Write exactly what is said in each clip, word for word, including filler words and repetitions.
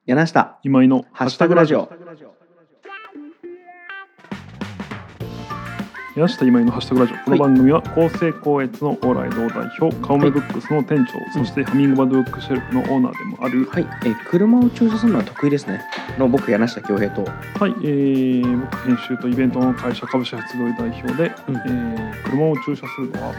柳下今井のハッシュタグラジオ。 柳下今井のハッシュタグラジオ。この番組は厚生高越の往来堂代表、カオメブックスの店長、はい、そしてハミングバードブックシェルフのオーナーでもある、 はい、えー、車を駐車するのは得意ですねの僕柳下恭平と、 はい、えー、僕編集とイベントの会社株式発動代表で、うん、えー、車を駐車するのは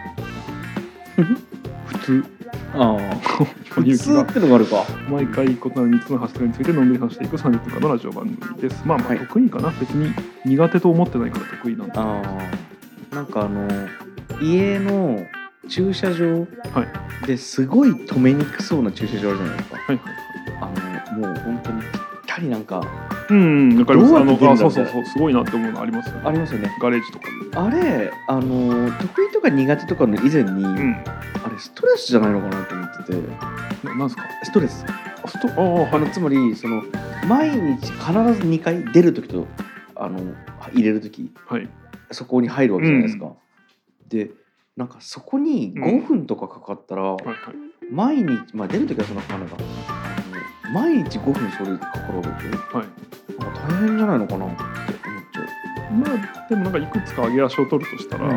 普通。 ああ普通ってのがあるか。 毎回異なるみっつのハッシュタグについてのんびり話していくさんじゅっぷんかんのラジオ番組です。まあまあ得意かな、はい、別に苦手と思ってないから得意なんで。 ああ、なんかあの家の駐車場ですごい止めにくそうな駐車場あるじゃないですか。はいはいはい。あのもう本当にぴったりなんか、 うんうん、わかります。あのあそうそうそそう、すごいなって思うのありますよね。 ありますよね。 ガレージとかで。 あれあの得意とか苦手とかの以前に、うん、あれストレスじゃないのかなと思ってて。 ななんですか？ ストレス。 ストああ、はい、 あのつまりその毎日必ずにかい出るときとあの入れるとき、はい、そこに入るわけじゃないですか。うん、でなんかそこにごふんとかかかったら、うん、はいはい、毎日、まあ、出るときはそんなかかんないかあの毎日ごふんそれかかるわけで、はい、なんか大変じゃないのかなって思っちゃう。 まあでもなんかいくつか上げ足を取るとしたら、うん、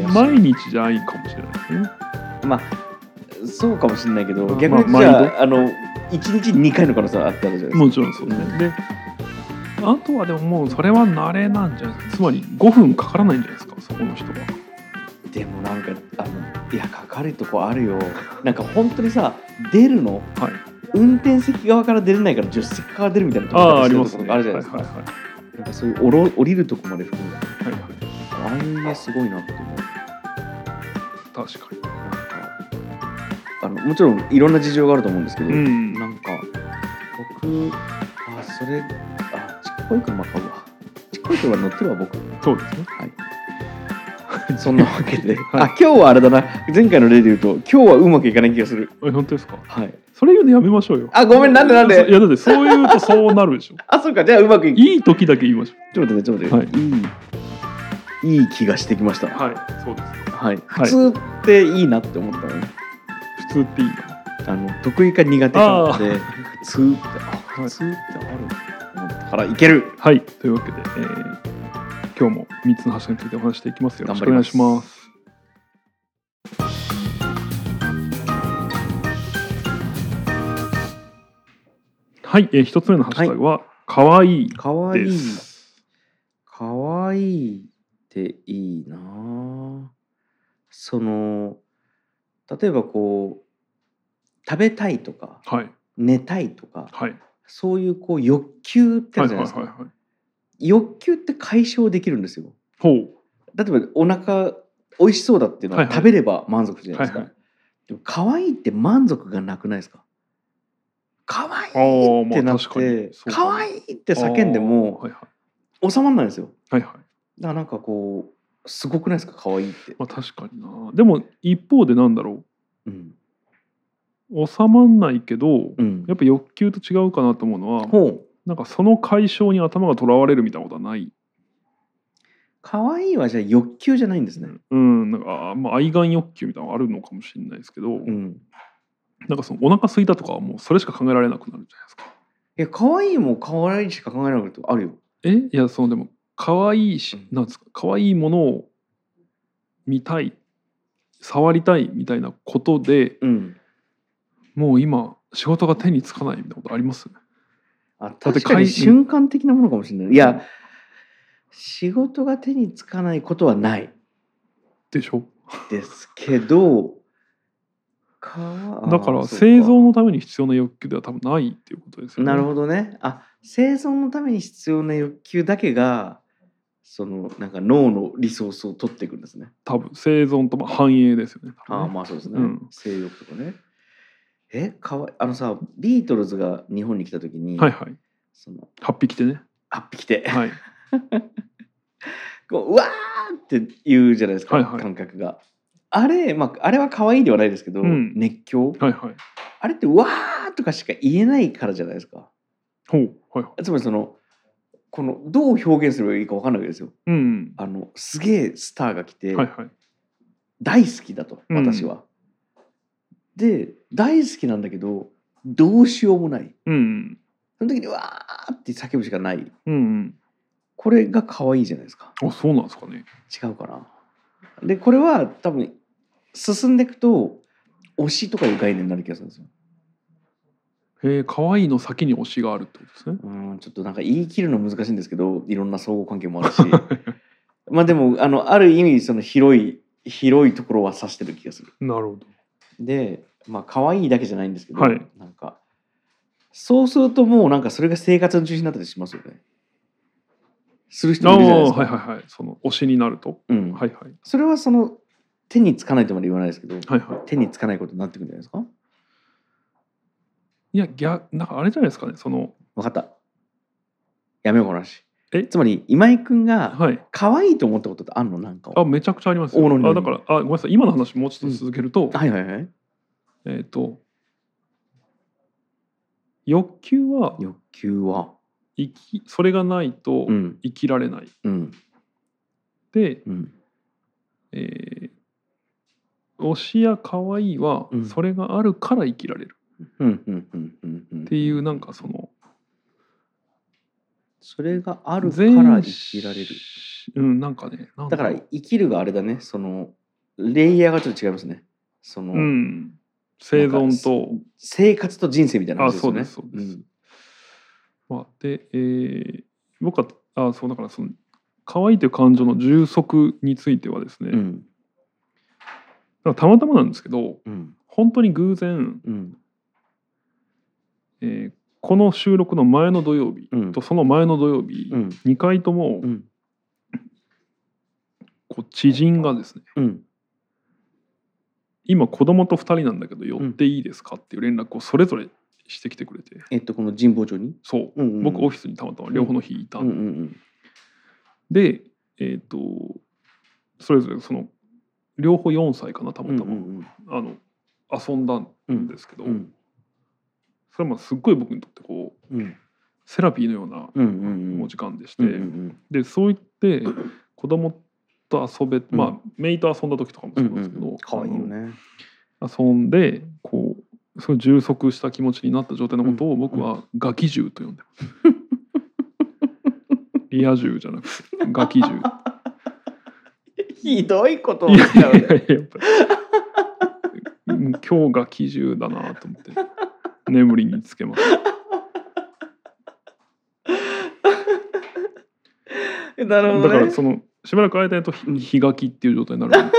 毎日じゃないかもしれないですね。 まあそうかもしれないけど、逆にじゃあ、まあ、あのいちにちににかいの可能性はあったらじゃないですか。 もちろんそうですね。うん、であとはでももうそれは慣れなんじゃないですか。つまりごふんかからないんじゃないですか、そこの人は。 でもなんかあのいやかかるとこあるよ。なんか本当にさ出るの、はい、運転席側から出れないから助手席から出るみたいなところがあるじゃないですか。なんかそういう降ろ降りるとこまで含めて、はいはい、ああいうねすごいなって思う。 確かに。 あのもちろんいろんな事情があると思うんですけど、うん、なんか僕あそれあちっこい車買うわ。ちっこい車乗ってるわ僕。 そうですね。 はい。そんなわけで、はい、あ今日はあれだな、前回の例で言うと今日はうまくいかない気がする。 え本当ですか？ はい。 それ言うのやめましょうよ。 あごめんなんでなんで。 いやだってそう言うとそうなるでしょ。 あそうかじゃあうまくいいい時だけ言いましょう。 ちょっと待ってちょっと待って、はい、いいいい気がしてきました。 はいそうです。 はい。普通っていいなって思ったの。 普通っていいな。 あの得意か苦手かで普通ってあ普通ってあると思ったからいける。 はいというわけで、えー、今日もみっつのハッシュタグについてお話していきます。よろしくお願いします。はい、えー、ひとつめのハッシュタグは、はい、かわいいです。 かわいいかわいいっていいな。その例えばこう食べたいとか、はい、寝たいとか、はい、そういうこう欲求ってあるじゃないですか。はいはいはいはい、欲求って解消できるんですよ。ほう。例えばお腹美味しそうだっていうのは食べれば満足じゃないですか。はいはい、でも可愛いって満足がなくないですか？可愛いってなって、可愛いって叫んでも収まらないんですよ。はいはい。だからなんかこうすごくないですか可愛いって。 まあ確かにな。でも一方でなんだろう。うん。収まんないけど、うん、やっぱ欲求と違うかなと思うのは、ほうなんかその解消に頭がとらわれるみたいなことはない。 可愛いはじゃあ欲求じゃないんですね。 うん、なんかあ、まあ、愛玩欲求みたいなのがあるのかもしれないですけど、うん、なんかそのお腹空いたとかはもうそれしか考えられなくなるじゃないですか。 いや可愛いも可愛いしか考えられないことあるよ。 えいやそのでも可愛いし、うん、なんですか可愛いものを見たい触りたいみたいなことで、うん、もう今仕事が手につかないみたいなことあります？ あ確かに瞬間的なものかもしれない。いや仕事が手につかないことはないでしょですけどだから生存のために必要な欲求では多分ないっていうことですよね。 なるほどね。あ生存のために必要な欲求だけがそのなんか脳のリソースを取っていくんですね。 多分生存とまあ繁栄ですよね。ねあまあそうですね、うん、性欲とかね。えかわいあのさビートルズが日本に来た時に、はいはい、そのはっぴきてねはっぴきて、 はい、 こううわーって言うじゃないですか、はいはい、感覚があれ、まあ、あれは可愛いではないですけど、うん、熱狂、はいはい、あれってうわーとかしか言えないからじゃないですか。ほう、はいはい、つまりそのこのどう表現すればいいか分かんないわけですよ、うん、あのすげえスターが来て、はいはい、大好きだと私は、うん、で大好きなんだけどどうしようもない、 うん、 その時にわーって叫ぶしかない、 うん、 これが可愛いじゃないですか。 あ、そうなんですかね。 違うかな。でこれは多分進んでいくと推しとかいう概念になる気がするんですよ。 へえ、可愛いの先に推しがあるってことですね。 うん、ちょっとなんか言い切るの難しいんですけど、いろんな相互関係もあるしまあでもあのある意味その広い広いところは指してる気がする。 なるほど。 でまあ可愛いだけじゃないんですけど、 はい、 なんかそうするともうなんかそれが生活の中心になったりしますよね。する人もいるじゃないですか。 はいはいはい。その推しになると、 うん、 はいはい。 それはその手につかないとまで言わないですけど、 はいはい、 手につかないことになってくるんじゃないですか。 いや、逆、なんかあれじゃないですかね、その。 分かった。やめようこの話。 え、 つまり今井君がはい、 可愛いと思ったことってあんの？なんか。 あ、めちゃくちゃありますよ。あ、だから、あ、ごめんなさい、今の話もうちょっと続けると、 うん、はいはいはい。 えっと、欲求は、 欲求は生き、それがないと生きられない。 うん、 で、 うん、 えー、推しや可愛いは、それがあるから生きられる。っていう、なんかその、 それがあるから生きられる。 うん、なんかね、 だから生きるがあれだね、そのレイヤーがちょっと違いますね。その、うん、 生存と生活と人生みたいな話ですよね。 あ、そうですそうです。うん、まあ、で、えー、僕はあそうだからその可愛いという感情の充足についてはですね、うん、だからたまたまなんですけど、うん、本当に偶然、うん、えー、この収録の前の土曜日とその前の土曜日、うん、にかいとも、うん、こう知人がですね、うん、今子供とふたりなんだけど寄っていいですかっていう連絡をそれぞれしてきてくれて、 えっとこの神保町にそう、うんうん、僕オフィスにたまたま両方の日いたんで、うんうんうん、でえっとそれぞれその両方よんさいかなたまたま、うんうんうん、あの遊んだんですけど、うん、それはまあすっごい僕にとってこう、うん、セラピーのようなお時間でして、うんうんうん、でそう言って子供と遊べ、うん、まあ姪と遊んだ時とかもそうなんですけど、 可愛いよね。 遊んでこうすごい充足した気持ちになった状態のことを僕はガキ獣と呼んでます。リア充じゃなくてガキ獣。 ひどいことを使うね。 今日ガキ獣だなと思って眠りにつけます。 なるほどね、 だからそのしばらく間だと日ガキっていう状態になる。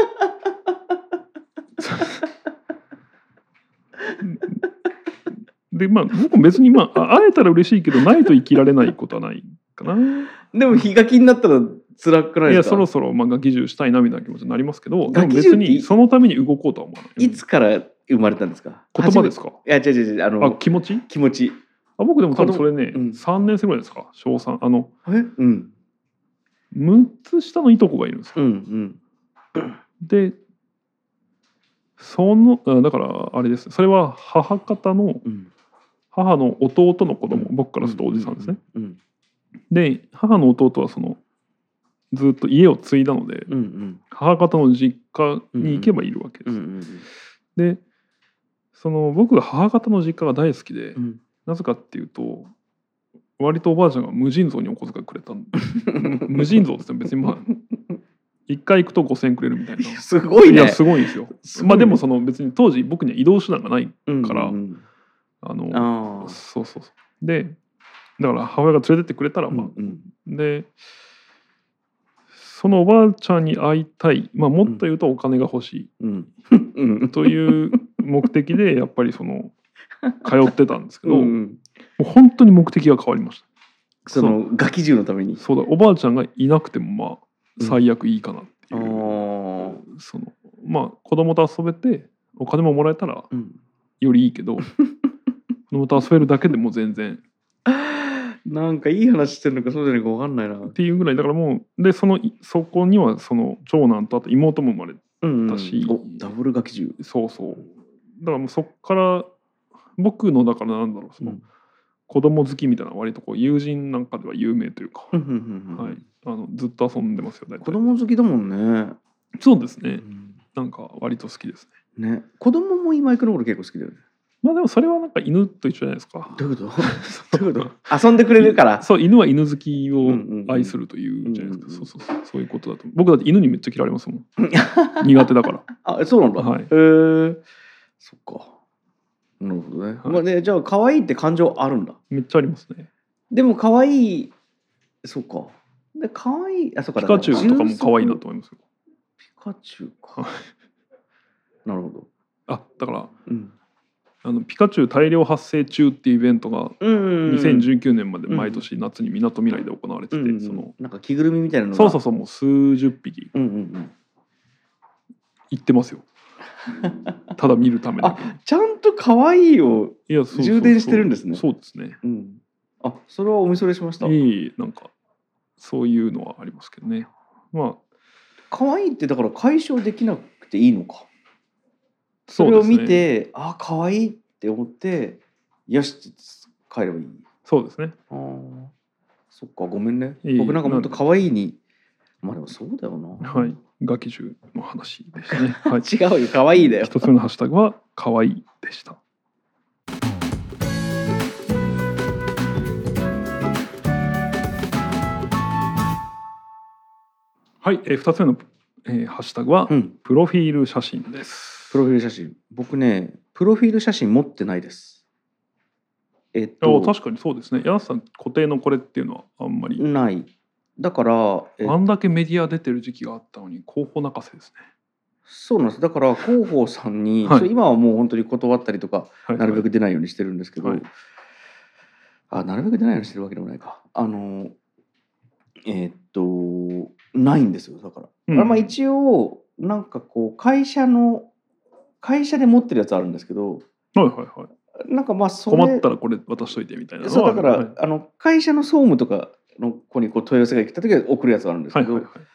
でまあ僕も別にまあ会えたら嬉しいけどないと生きられないことはないかな。 でも日ガキになったら辛くないですか？ いやそろそろまあガキ獣したいなみたいな気持ちになりますけど、でも別にそのために動こうとは思わない。 いつから生まれたんですか？ 言葉ですか？ いや違う違うあのあ気持ち気持ちあ僕でも多分それね、うん、さんねん生ぐらいですか小さんあのえうんむっつ下のいとこがいるんですよ。 うんうん、 でそのだからあれですねそれは母方の、うん、母の弟の子供、うん、僕からするとおじさんですね。うんうんうん、で母の弟はそのずっと家を継いだので、うんうん、母方の実家に行けばいるわけです。うんうんうん、でその僕が母方の実家が大好きで、うん、なぜかっていうと割とおばあちゃんが無尽蔵にお小遣いくれた無尽蔵って別にまあいっかい行くとごせんえんくれるみたいな。 すごいね。 いやすごいんですよ。すまあでもその別に当時僕には移動手段がないから、うんうんうん、あのあそうそうそうでだから母親が連れてってくれたらまあ、うんうん、でそのおばあちゃんに会いたい、まあ、もっと言うとお金が欲しい、うん、という目的でやっぱりその通ってたんですけど、うんうん、もう本当に目的が変わりました。 そのガキ獣のために。 そうだおばあちゃんがいなくてもまあ最悪いいかなっていう、うん、そのまあ子供と遊べてお金ももらえたらよりいいけど、うん、子供と遊べるだけでも全然なんかいい話してるのかそうじゃないか分かんないなっていうぐらいだからもうでそのそこにはその長男とあと妹も生まれたし、 うんうん、ダブルガキ獣そうそうだからもうそこから僕のだからなんだろうその、うん、子供好きみたいな割とこう友人なんかでは有名というか、はい、あのずっと遊んでますよ大体。 子供好きだもんね。 そうですね、うん、なんか割と好きですね。 ね子供も今井君のこと結構好きだよね。 まあでもそれはなんか犬と一緒じゃないですか。 どういうこと？どういうこと？遊んでくれるから。 そう、犬は犬好きを愛するというじゃないですか。そうそうそう、そういうことだと。僕だって犬にめっちゃ嫌われますもん。苦手だから。 あ、そうなんだ。 はい。 へえ。そっか。なるほどね。はい、まあね、じゃあ可愛いって感情あるんだ。 めっちゃありますね。 でも可愛い、そっか。で可愛い、あ、そっか。 ピカチュウとかも可愛いなと思いますよ。 ピカチュウか。なるほど。 あ、だから。 うん。 あのピカチュウ大量発生中っていうイベントがにせんじゅうきゅうねんまで毎年夏にみなとみらいで行われてて、うんうん、そのなんか着ぐるみみたいなのがそうそうそう、もう数十匹行ってますよ。ただ見るためだけに。 あ、ちゃんと可愛いを充電してるんですね。 そうですね、 うん、あ、それはお見それしました。 いい、なんかそういうのはありますけどね。まあ可愛いってだから解消できなくていいのか。それを見て、ね、あ、可愛いって思ってよし帰ればいい。 そうですね。 ああ、そっか、ごめんね。いい、僕なんかもっと可愛いに、まあでもそうだよな。 はい、ガキ獣の話でしたね。はい、 違うよ、可愛いだよ。 一つ目のハッシュタグは可愛いでした。はい、えー、ふたつめの、えー、ハッシュタグは、うん、プロフィール写真です。 プロフィール写真、僕ね、プロフィール写真持ってないです。えっと、 確かにそうですね。柳瀬さん固定のこれっていうのはあんまりない。だから、 えあんだけメディア出てる時期があったのに広報泣かせですね。 そうなんです。だから広報さんに、はい、今はもう本当に断ったりとか、はいはい、なるべく出ないようにしてるんですけど、はい、あ、なるべく出ないようにしてるわけでもないか。あのえー、っとないんですよ。だから、うん、まあ一応なんかこう会社の会社で持ってるやつあるんですけど、 はいはいはい。 なんかまあそれ困ったらこれ渡しといてみたいな。 そうだから、はい、あの会社の総務とかの子にこう問い合わせが来た時は送るやつがあるんですけど、はいはいはい、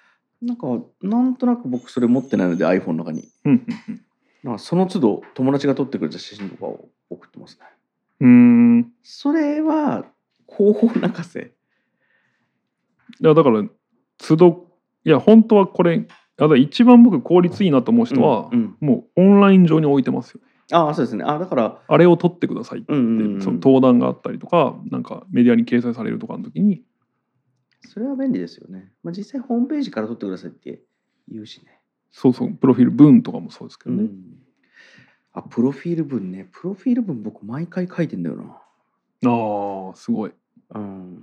なんかなんとなく僕それ持ってないので iPhone の中に、うんうんうん、なんかその都度友達が撮ってくれた写真とかを送ってますね。 うーん、 それは広報泣かせ。 いやだから都度、いや本当はこれ一番僕効率いいなと思う人は、うんうん、もうオンライン上に置いてますよ。 ああ、そうですね。あ、だからあれを撮ってくださいって、うんうんうん、その登壇があったりとか、なんかメディアに掲載されるとかの時に、 それは便利ですよね。まあ、実際ホームページから撮ってくださいって言うしね。 そうそう、プロフィール文とかもそうですけどね。うん、 あ、プロフィール文ね。プロフィール文僕毎回書いてんだよな。 ああ、すごい。 うん。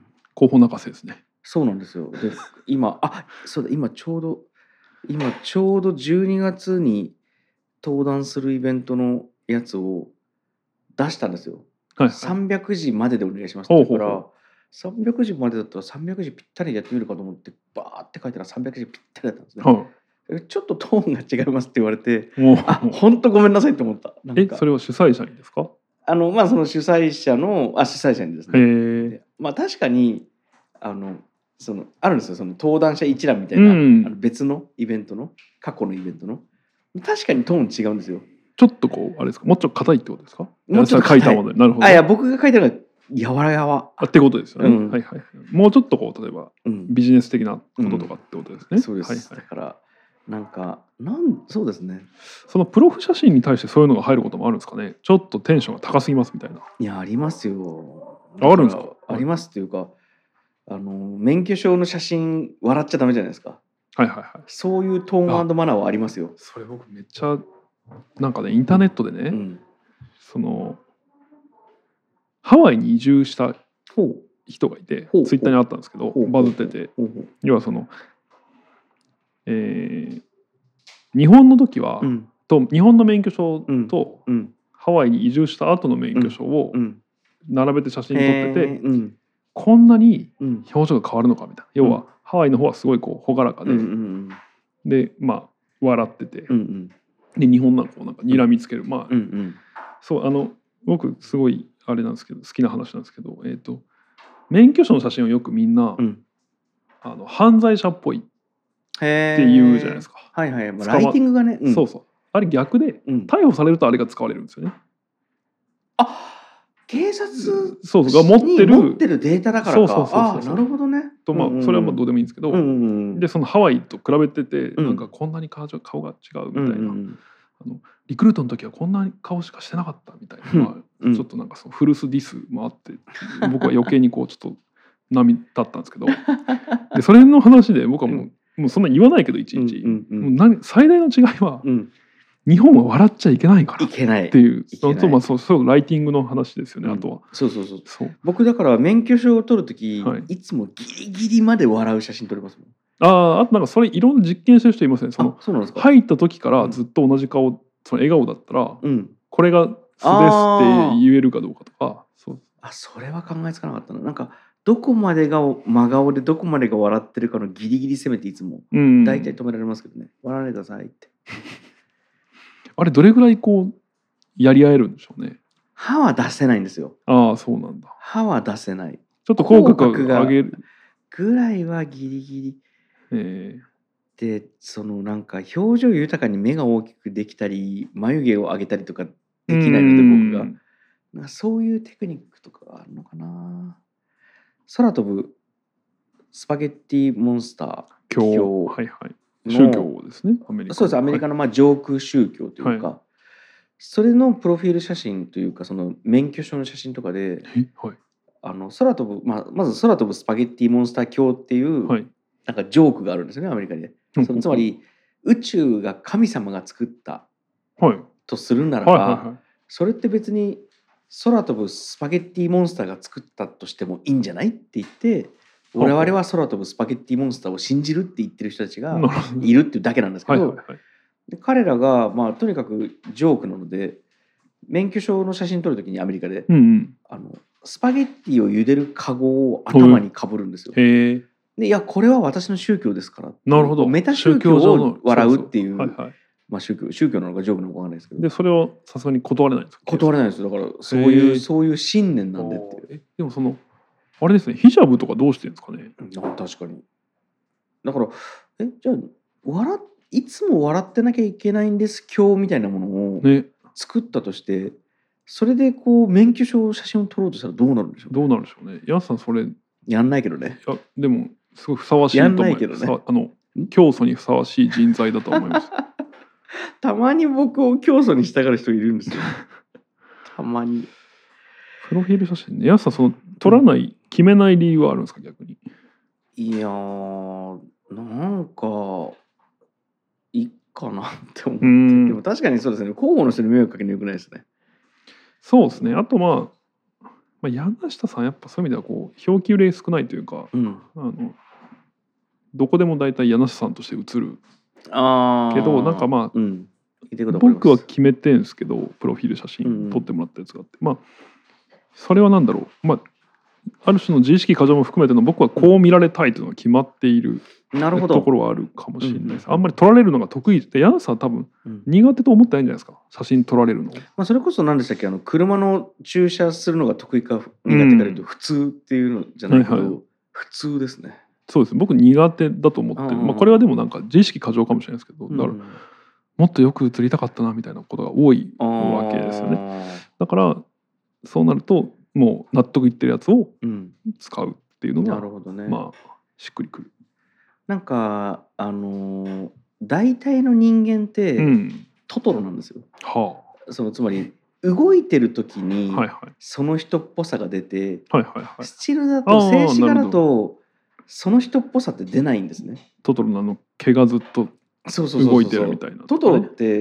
広報泣かせですね。 そうなんですよ。で、今、あ、そうだ、今ちょうど今ちょうどじゅうにがつに登壇するイベントのやつを出したんですよ。はいはい、さんびゃくじまででお願いしますって言うから、さんびゃくじまでだったらさんびゃくじぴったりでやってみるかと思ってバーって書いたらさんびゃくじぴったりだったんですね。はい、ちょっとトーンが違いますって言われて、あ、本当ごめんなさいって思った。なんかえ、それは主催者にですか？ あのまあその主催者のあ主催者にですね。まあ確かにあのそのあるんですよ、その登壇者一覧みたいな、うん、あの別のイベントの過去のイベントの確かにトーン違うんですよ。 ちょっとこうあれですか、もうちょっと硬いってことですか？もうちょっと書いたもので、なるほど。 あ、いや僕が書いたのがやわらやわあってことですよね。うん、はいはい。もうちょっとこう例えば、うん、ビジネス的なこととかってことですね。うん、 そうです。 はいはい、 だからなんかなんそうですね。 そのプロフ写真に対してそういうのが入ることもあるんですかね。ちょっとテンションが高すぎますみたいな。 いやありますよ。 あるんですか？ ありますっていうか。あの免許証の写真笑っちゃダメじゃないですか。 はいはいはい。 そういうトーン&マナーはありますよ。 それ僕めっちゃなんかねインターネットでね、うん、そのハワイに移住した人がいてツイッターにあったんですけどバズってて、要はその、えー、日本の時は、うん、と日本の免許証と、うん、ハワイに移住した後の免許証を並べて写真撮ってて、うんうん、こんなに表情が変わるのかみたいな、うん、要はハワイの方はすごいこう朗らかで、うんうん、でまあ笑ってて、うんうん、で日本なんかこうなんか睨みつける、まあ、うんうん、そうあの僕すごいあれなんですけど好きな話なんですけど、えーと、免許証の写真をよくみんな、うん、あの犯罪者っぽいって言うじゃないですか。 はいはい、まあ、ライティングがね、 うん、そうそうあれ逆で、うん、逮捕されるとあれが使われるんですよね。 あ、警察そうそうが持ってる持ってるデータだからか。そうそうそうそう。あ、なるほどね。 とまあ、うんうん、それはまあどうでもいいんですけど、うんうん、でそのハワイと比べてて、うん、なんかこんなに顔が顔が違うみたいなあのリクルートの時はこんな顔しかしてなかったみたいな、まあ、ちょっとなんかそのフルスディスもあって僕は余計にこうちょっと波立ったんですけどでそれの話で僕はもう、もうそんな言わないけどいちいち、もう何最大の違いは、うん、日本は笑っちゃいけないからっていう、そうまあそうそうライティングの話ですよね、うん、あとは。 そうそうそうそう。僕だから免許証を取るとき、はい、いつもギリギリまで笑う写真撮りますもん。 ああ、あとなんかそれいろんな実験してる人いますね。そのそうなんですか。入った時からずっと同じ顔、うん、その笑顔だったら、うん、これが素ですって言えるかどうかとか。 そうあ、それは考えつかなかったな。なんかどこまでが真顔でどこまでが笑ってるかのギリギリ攻めていつも大体止められますけどね。笑わないでくださいって。 あれどれぐらいこうやり合えるんでしょうね。 歯は出せないんですよ。 ああ、そうなんだ。 歯は出せない。 ちょっと口角が上げるぐらいはギリギリ。えー、でそのなんか表情豊かに目が大きくできたり眉毛を上げたりとかできないので僕がなんかそういうテクニックとかがあるのかな。空飛ぶスパゲッティモンスター教、はいはい、宗教ですね。アメリカそうです。アメリカのまあ上空宗教というか、はい、それのプロフィール写真というかその免許証の写真とかで、はい、あの空飛ぶ、まあ、まず空飛ぶスパゲッティモンスター教っていう、はい、なんかジョークがあるんですよね、アメリカで。そのつまり宇宙が神様が作ったとするならば、はいはいはいはい、それって別に空飛ぶスパゲッティモンスターが作ったとしてもいいんじゃないって言って、我々は空飛ぶスパゲッティモンスターを信じるって言ってる人たちがいるっていうだけなんですけど、はいはいはい、で彼らが、まあ、とにかくジョークなので免許証の写真撮るときにアメリカで、うんうん、あのスパゲッティを茹でるカゴを頭にかぶるんですよ。へー。でいやこれは私の宗教ですからなるほどメタ宗教を笑うっていう、はいはい、まあ、宗教宗教なのかジョークなのかわかんないですけど、 でそれをさすがに断れないんですか。 断れないですよ。だからそういうそういう信念なんでっていう。 えでもそのあれですね、ヒジャブとかどうしてるんですかね。 確かに。だからえじゃあ笑いつも笑ってなきゃいけないんです今日みたいなものを作ったとして、ね、それでこう免許証写真を撮ろうとしたらどうなるんでしょう、 ね、どうなるんでしょうね。ヤスさんそれやんないけどね。 いやでもすごいふさわしいと思います。やんないけどね。あの教祖にふさわしい人材だと思います。 たまに僕を教祖にしたがる人いるんですよ。たまに。 プロフィール写真ね。ヤスさんその撮らない、うん、決めない理由はあるんですか逆に。 いやーなんかいいかなって思って。でも確かにそうですね。候補の人に迷惑かけるのよくないですね。 そうですね。あとまあ、まあ、柳下さんやっぱそういう意味ではこう表記例少ないというか、うん、あのどこでも大体柳下さんとして映るあけどなんかまあ、うん、僕は決めてんですけどプロフィール写真撮ってもらったやつがあって、うん、まあそれはなんだろう、まあある種の自意識過剰も含めての僕はこう見られたいというのが決まっているところはあるかもしれないです。あんまり撮られるのが得意で、柳さんは多分苦手と思ってないんじゃないですか、写真撮られるの。 まあそれこそ何でしたっけ、あの車の駐車するのが得意か苦手かというと普通っていうのじゃないけど、うんはいはい、普通ですね。 そうですね、僕苦手だと思ってる。まあこれはでもなんか自意識過剰かもしれないですけど、だからもっとよく写りたかったなみたいなことが多いわけですよね。だからそうなるともう納得いってるやつを使うっていうのが、うん、なるほどね、まあしっくりくる。 なんかあのー、大体の人間って、うん、トトロなんですよ。はあ、そのつまり動いてる時にその人っぽさが出て、はいはいはい、スチールだと静止画だとその人っぽさって出ないんですね。 トトロのあの毛がずっと動いてるみたいな。 トトロって、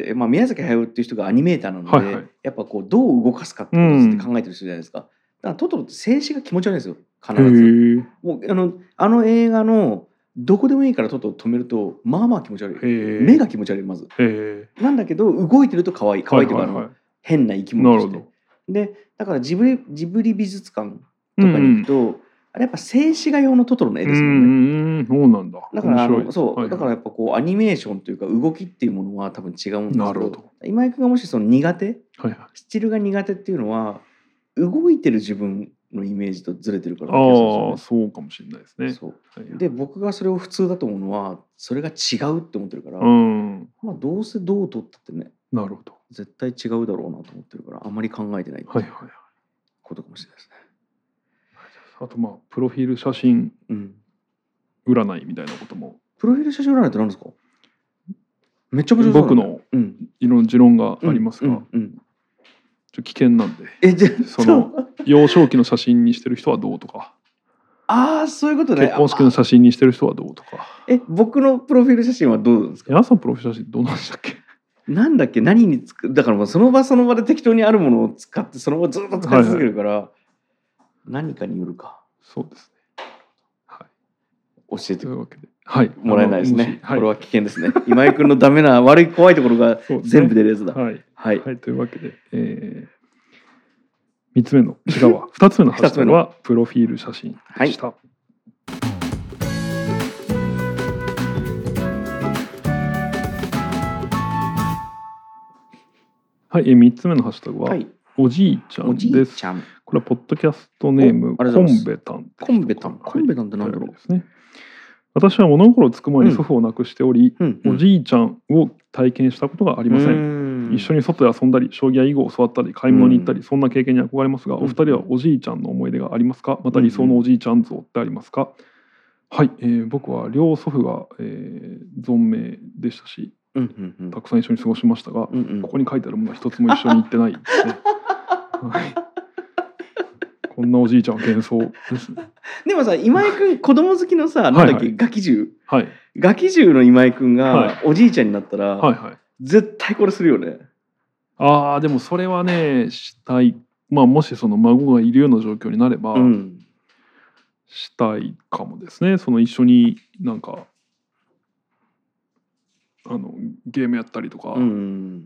まあ、宮崎駿っていう人がアニメーターなので、はいはい、やっぱこうどう動かすかってことって考えてる人じゃないですか。うん、だからトトロって静止が気持ち悪いんですよ必ず。もうあのあの映画のどこでもいいからトトロ止めるとまあまあ気持ち悪い。目が気持ち悪いまず。なんだけど動いてると可愛い可愛いというか、はいはいはい、あの変な生き物として。でだからジブリジブリ美術館とかに行くと、うん、あれやっぱ静止画用のトトロの絵ですもんね。 うん、そうなんだ。 だからあのそう、はいはい、だからやっぱこうアニメーションというか動きっていうものは多分違うんですけど、なるほど。今井君がもしその苦手、はいはい、スチールが苦手っていうのは動いてる自分のイメージとずれてるからな気がするんですよね。ああ、そうかもしれないですね。 そう、はいはい、で僕がそれを普通だと思うのはそれが違うって思ってるから、うん、まあどうせどう撮ったってね、 なるほど、 絶対違うだろうなと思ってるからあんまり考えてないっていうことかもしれないですね。 あとまあプロフィール写真占いみたいなことも、うん、 プロフィール写真占いって何ですか？ めちゃくちゃそう僕のいろんな持論がありますが、うんうんうん、ちょっと危険なんで、 えじゃその幼少期の写真にしてる人はどうとか、 ああそういうことね。 結婚式の写真にしてる人はどうとか。 え僕のプロフィール写真はどうなんですか？ 皆さんプロフィール写真どうなんでしたっけ？ なんだっけ、何につく、だからもうその場その場で適当にあるものを使ってその場ずっと使い続けるから、はいはい、何かによるか。 そうですね。はい。 教えてというわけで、はい、 もらえないですね。 はい、 これは危険ですね。今井君のダメな悪い怖いところが全部出るやつだ。 ね、はい、 はいはい。というわけで、えー、みっつめの違うわふたつめのハッシュタグはプロフィール写真でした。はい、はい、えみっつめのハッシュタグは、はい、おじいちゃんです。これはポッドキャストネームコンベタン。 コンベタン。コンベタンってなんだろうですね。私は物心つく前に祖父を亡くしており、うんうん、おじいちゃんを体験したことがありません。一緒に外で遊んだり、将棋や囲碁を教わったり、買い物に行ったり、そんな経験に憧れますが、お二人はおじいちゃんの思い出がありますか？また理想のおじいちゃん像ってありますか？はい、えー、僕は両祖父が、えー、存命でしたし、うんうんうん、たくさん一緒に過ごしましたが、うんうん、ここに書いてあるものは一つも一緒に行ってないですね。はい、こんなおじいちゃんは幻想ですね。 でもさ、今井君子供好きのさ、なんだっけ、はいはい、ガキ獣、はい、ガキ獣の今井君がおじいちゃんになったら、はいはい、絶対これするよね。 ああ、でもそれはねしたい。まあもしその孫がいるような状況になれば、うん、したいかもですね。その一緒になんかあのゲームやったりとか、うん、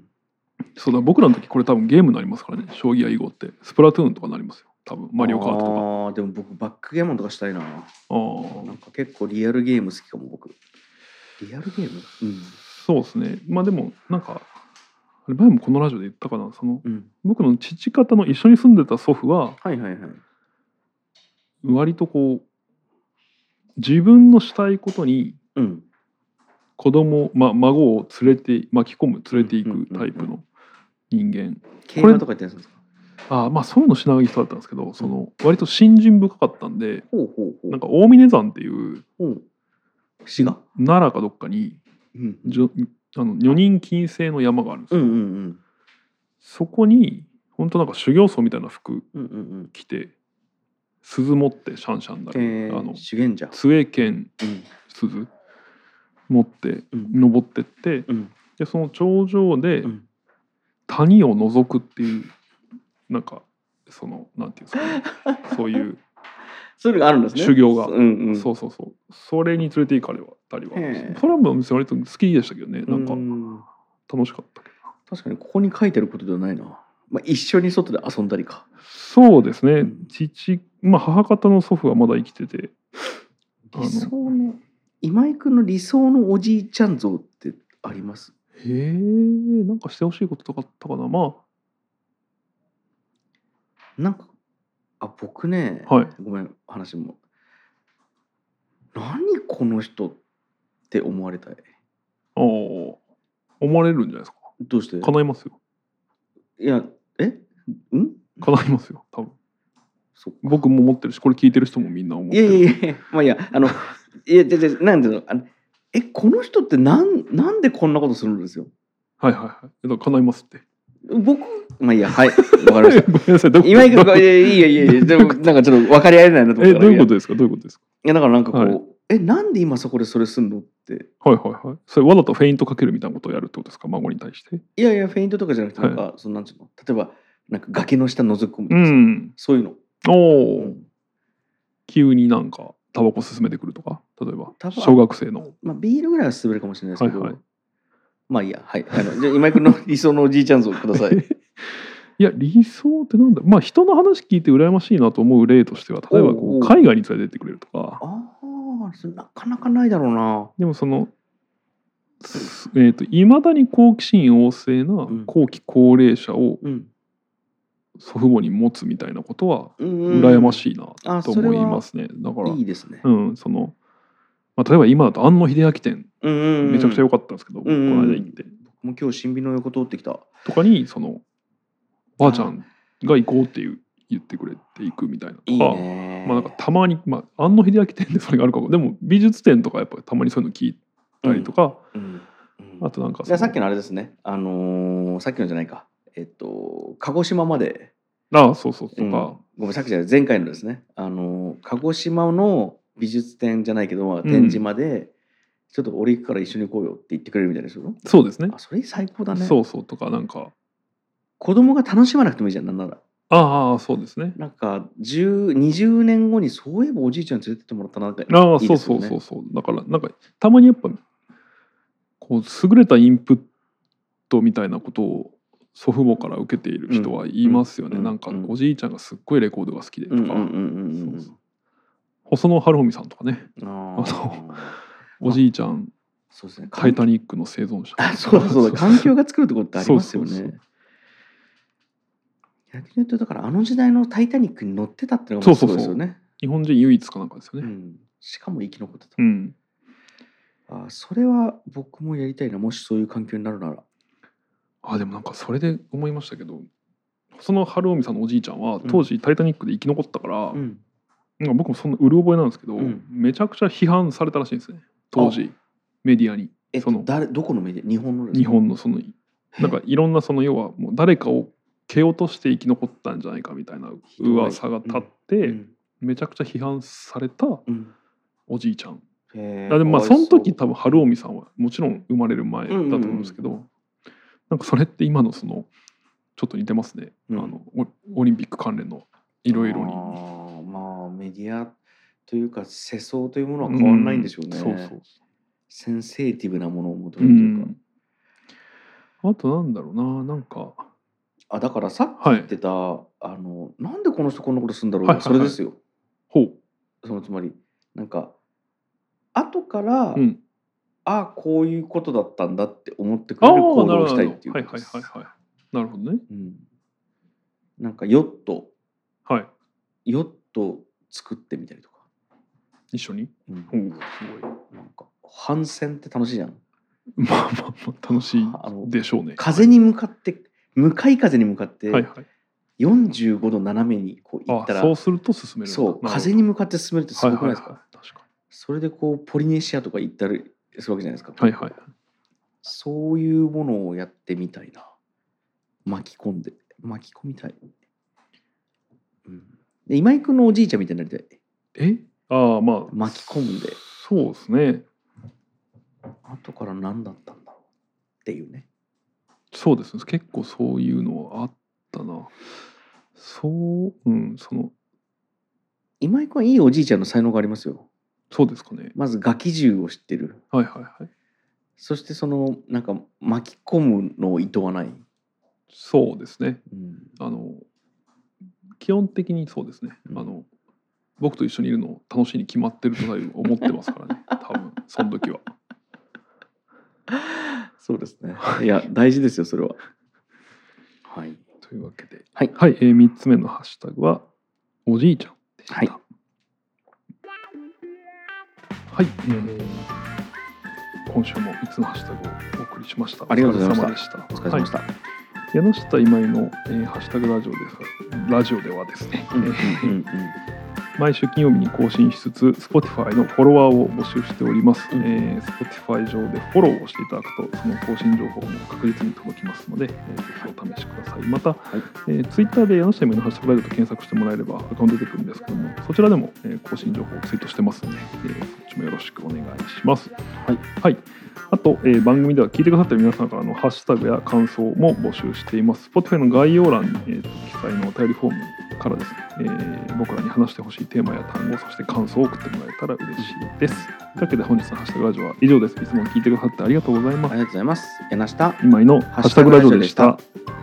そうだ、僕らの時これ多分ゲームになりますからね。将棋や囲碁ってスプラトゥーンとかになりますよ。多分マリオカートとか。 ああ、でも僕バックギャモンとかしたいな。あ、なんか結構リアルゲーム好きかも僕。リアルゲーム、うん、 そうですね。まあでもなんか前もこのラジオで言ったかな、その、うん、僕の父方の一緒に住んでた祖父は、はいはいはい、割とこう自分のしたいことに子供、ま、孫を連れて巻き込む連れていくタイプの人間。 競馬とか言ってるんですか？ あ、まあそういうのしながら人だったんですけど、その割と信心深かったんで、うん、なんか大峰山っていう、うん、 滋賀奈良かどっかに、うん、じょあの女人禁制の山があるんですよ。うんうんうん、そこに本当なんか修行僧みたいな服着て、うんうんうん、鈴持ってシャンシャンだり、 えー、あの杖剣、うん、鈴持って登ってって、うん、でその頂上で谷を覗くっていう、なんかそのなんていうんですかね、そういうそういうのがあるんですね、 修行が、うんうん、そうそうそう、それに連れて行かれたりは、それはもう割と好きでしたけどね、なんか楽しかったけど。 確かにここに書いてることではないな。まあ、一緒に外で遊んだりか。 そうですね、うん、父、まあ、母方の祖父はまだ生きてて、 理想の今井君の理想のおじいちゃん像ってあります？ へえ、なんかしてほしいこととかあったかな。まあなんかあ僕ね、 はい、 ごめん話も、何この人って思われたい。 ああ、思われるんじゃないですか。 どうして？ 叶いますよ。 いや、えん叶いますよ多分。そ僕も思ってるし、これ聞いてる人もみんな思ってる。 いやいやいや、まあいや、あのいや、ででなんでのあのえこの人ってなんなんでこんなことするんですよ。 はいはいはい。だから叶いますって。 僕、まあいいや、はい、わかりました。 ごめんなさい。 今井君がいやいやいやいや、でもなんかちょっと分かり合えないなと思ったら。 え、どういうことですか？どういうことですか？ いやだからなんかこう、はい、えなんで今そこでそれすんのって。 はいはいはい。それわざとフェイントかけるみたいなことをやるってことですか？孫に対して。 いやいやフェイントとかじゃなくて、なんか、はい、そのなんていうの、例えばなんか崖の下覗き込むとか、うん、そういうの。おお、うん、 急になんかタバコ進めてくるとか、例えば小学生の、 まあ、ビールぐらいは進めるかもしれないですけど、はいはい、まあいいや、はい、あのじゃあ今井君の理想のおじいちゃん像ください。 いや理想ってなんだ、まあ人の話聞いて羨ましいなと思う例としては、例えばこう海外に連れてってくれるとか。 ああ、なかなかないだろうな。 でもそのえーといまだに好奇心旺盛な後期高齢者を祖父母に持つみたいなことは羨ましいなと思いますね。だからいいですね。 うん、そのまあ、例えば今だと庵野秀明展、めちゃくちゃ良かったんですけど、この間行って、 もう今日新美の横通ってきたとかにそのばあちゃんが行こうっていう言ってくれて行くみたいなとか、いいね、まあなんかたまに、まあ、庵野秀明展でそれがあるかも。でも美術展とかやっぱりたまにそういうの聞いたりとか、うんうんうん、 あとなんかさっきのあれですね、あのー、さっきのじゃないか、えっと鹿児島まで、 ああそうそうとか、うん、 ごめんさっきじゃない前回のですね、あのー、鹿児島の美術展じゃないけど展示まで、うん、ちょっと俺行くから一緒に行こうよって言ってくれるみたいですよ。 そうですね。 あ、それ最高だね。 そうそうとかなんか子供が楽しまなくてもいいじゃん、なんなら。 ああそうですね。 なんかじゅう、にじゅうねんごにそういえばおじいちゃん連れてってもらったなって、ね。 ああそうそうそうそう。だからなんかたまにやっぱこう優れたインプットみたいなことを祖父母から受けている人は言いますよね。うん、なんかおじいちゃんがすっごいレコードが好きでとか、細野晴臣さんとかね。あのおじいちゃん、 そうですね、 タイタニックの生存者。 あ、そうだそうだ、環境が作るってことってありますよね。そうそうそう、逆に言うとだからあの時代のタイタニックに乗ってたっていうのがすごいですよね。そうそうそう、 日本人唯一かなんかですよね。 うん、しかも生き残ってた。 うん、 あ、それは僕もやりたいな、もしそういう環境になるなら。 あ、でもなんかそれで思いましたけど、その晴臣さんのおじいちゃんは当時タイタニックで生き残ったから、うん、なんか僕もそんなうる覚えなんですけど、うん、めちゃくちゃ批判されたらしいんですね、当時メディアに。 えっと、その誰どこのメディア？日本のですか？ 日本のそのなんかいろんなその要はもう誰かを蹴落として生き残ったんじゃないかみたいな噂が立って、うん、めちゃくちゃ批判されたおじいちゃん。うん、でもまあその時多分晴臣さんはもちろん生まれる前だと思うんですけど、うんうんうん、なんかそれって今のそのちょっと似てますね、うん、あのオリンピック関連のいろいろに。 あ、まあメディアというか世相というものは変わらないんでしょうね。うん、そうそう、センセーティブなものを求めるというか、 うん、あとなんだろうな、なんかあ、だからさっき言ってた、はい、あのなんでこの人こんなことするんだろう、はいはいはい、それですよ。 ほう、 そのつまりなんか後から、うん、あ、こういうことだったんだって思ってくれる行動をしたいっていうことです。 はいはいはいはい、なるほどね。 うん、なんかヨット、 はい、 ヨット作ってみたりとか一緒に、 うん、すごいなんか帆船って楽しいじゃん。 まあまあまあ楽しいでしょうね。 風に向かって、はい、向かい風に向かってはいはいよんじゅうごど斜めにこう行ったら、 あ、そうすると進める。 そう、風に向かって進めるってすごくないですか？ はいはいはい、確かに。 それでこうポリネシアとか行ったりするわけじゃないですか。 はいはい。 そういうものをやってみたいな。巻き込んで巻き込みたい。うん、で今井君のおじいちゃんみたいになりたい。 え？ああ、まあ巻き込んで。 そうですね。 後から何だったんだろうっていうね。 そうですね。結構そういうのはあったな。そう、うん、その今井君はいいおじいちゃんの才能がありますよ。 そうですかね。 まずガキ銃を知ってる。 はいはいはい。 そしてそのなんか巻き込むのを厭わない。 そうですね。 うん、 あの基本的にそうですね。うん、あの僕と一緒にいるの楽しいに決まってると思ってますからね。多分その時は。 そうですね。いや大事ですよそれは。はい。 というわけで、 はい、 はい、えー、みっつめのハッシュタグはおじいちゃんでした。はい、はい、えー、今週もみっつのハッシュタグをお送りしました。 ありがとうございました。 お疲れ様でした。はい、 柳下今井の、えー、ハッシュタグラジオですラジオではですね、うんうんうんうん毎週金曜日に更新しつつ Spotify のフォロワーを募集しております、うんえー、Spotify 上でフォローをしていただくとその更新情報も確実に届きますので、えー、ぜひお試しください。また、はいえー、Twitter で柳下今井のハッシュタグラジオと検索してもらえればアカウント出てくるんですけどもそちらでも、えー、更新情報をツイートしてますので、えー、そっちもよろしくお願いします。はい、はいあと、えー、番組では聞いてくださっている皆さんからのハッシュタグや感想も募集しています。Spotify の概要欄に、えー、記載のお便りフォームからですね、えー、僕らに話してほしいテーマや単語、そして感想を送ってもらえたら嬉しいです。というわけで本日のハッシュタグラジオは以上です。いつも聞いてくださってありがとうございます。 ありがとうございます。柳下今井のハッシュタグラジオでした。